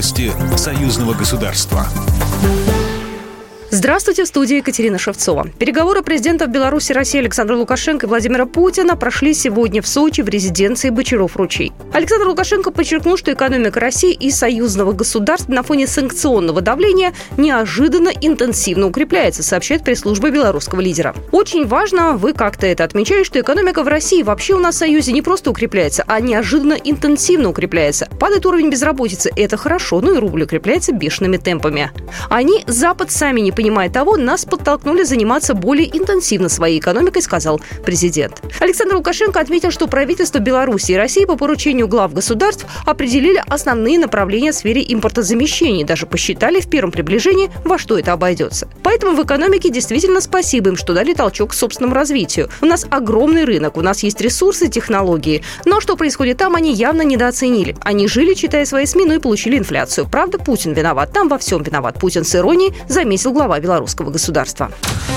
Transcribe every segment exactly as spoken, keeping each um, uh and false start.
Новости союзного государства. Здравствуйте, в студии Екатерина Шевцова. Переговоры президентов Беларуси, России Александра Лукашенко и Владимира Путина прошли сегодня в Сочи в резиденции Бочаров-Ручей. Александр Лукашенко подчеркнул, что экономика России и союзного государства на фоне санкционного давления неожиданно интенсивно укрепляется, сообщает пресс-служба белорусского лидера. Очень важно, вы как-то это отмечали, что экономика в России вообще у нас в Союзе не просто укрепляется, а неожиданно интенсивно укрепляется. Падает уровень безработицы, это хорошо, но и рубль укрепляется бешеными темпами. Они, Запад, сами не понимая того, нас подтолкнули заниматься более интенсивно своей экономикой, сказал президент. Александр Лукашенко отметил, что правительство Беларуси и России по поручению глав государств определили основные направления в сфере импортозамещения и даже посчитали в первом приближении, во что это обойдется. Поэтому в экономике действительно спасибо им, что дали толчок к собственному развитию. У нас огромный рынок, у нас есть ресурсы, технологии. Но что происходит там, они явно недооценили. Они жили, читая свои СМИ, ну и получили инфляцию. Правда, Путин виноват. Там во всем виноват Путин, с иронией заметил глава белорусского государства.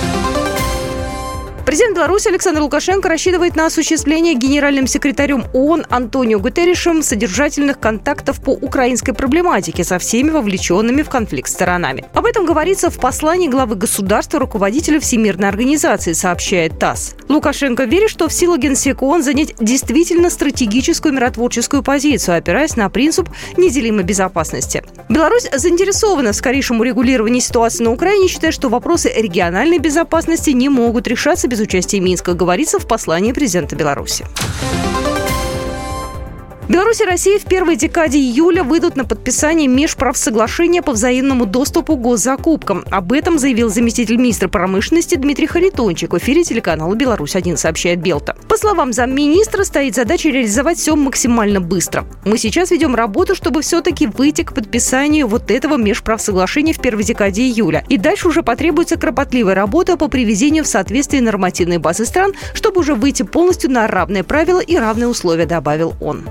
Президент Беларуси Александр Лукашенко рассчитывает на осуществление генеральным секретарем ООН Антонио Гутерришем содержательных контактов по украинской проблематике со всеми вовлеченными в конфликт сторонами. Об этом говорится в послании главы государства руководителю Всемирной организации, сообщает ТАСС. Лукашенко верит, что в силу Генсека ООН занять действительно стратегическую миротворческую позицию, опираясь на принцип неделимой безопасности. Беларусь заинтересована в скорейшем урегулировании ситуации на Украине, считая, что вопросы региональной безопасности не могут решаться без участия Минска, говорится в послании президента Беларуси. Беларусь и Россия в первой декаде июля выйдут на подписание межправсоглашения по взаимному доступу к госзакупкам. Об этом заявил заместитель министра промышленности Дмитрий Харитончик в эфире телеканала «Беларусь-один», сообщает Белта. По словам замминистра, стоит задача реализовать все максимально быстро. Мы сейчас ведем работу, чтобы все-таки выйти к подписанию вот этого межправсоглашения в первой декаде июля. И дальше уже потребуется кропотливая работа по приведению в соответствие нормативной базы стран, чтобы уже выйти полностью на равные правила и равные условия, добавил он.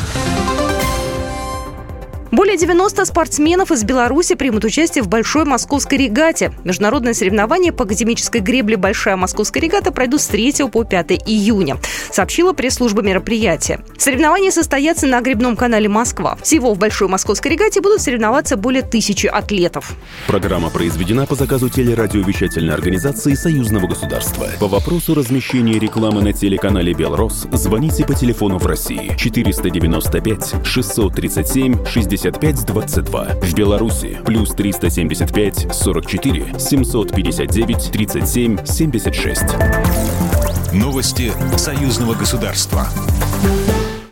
Более девяноста спортсменов из Беларуси примут участие в Большой Московской регате. Международные соревнования по академической гребле «Большая Московская регата» пройдут с третьего по пятое июня, сообщила пресс-служба мероприятия. Соревнования состоятся на гребном канале «Москва». Всего в Большой Московской регате будут соревноваться более тысячи атлетов. Программа произведена по заказу телерадиовещательной организации Союзного государства. По вопросу размещения рекламы на телеканале «Белрос» звоните по телефону в России четыреста девяносто пять шестьсот тридцать семь шестьдесят пять двадцать два. В Беларуси плюс триста семьдесят пять сорок четыре семьсот пятьдесят девять тридцать семь семьдесят шесть. Новости союзного государства.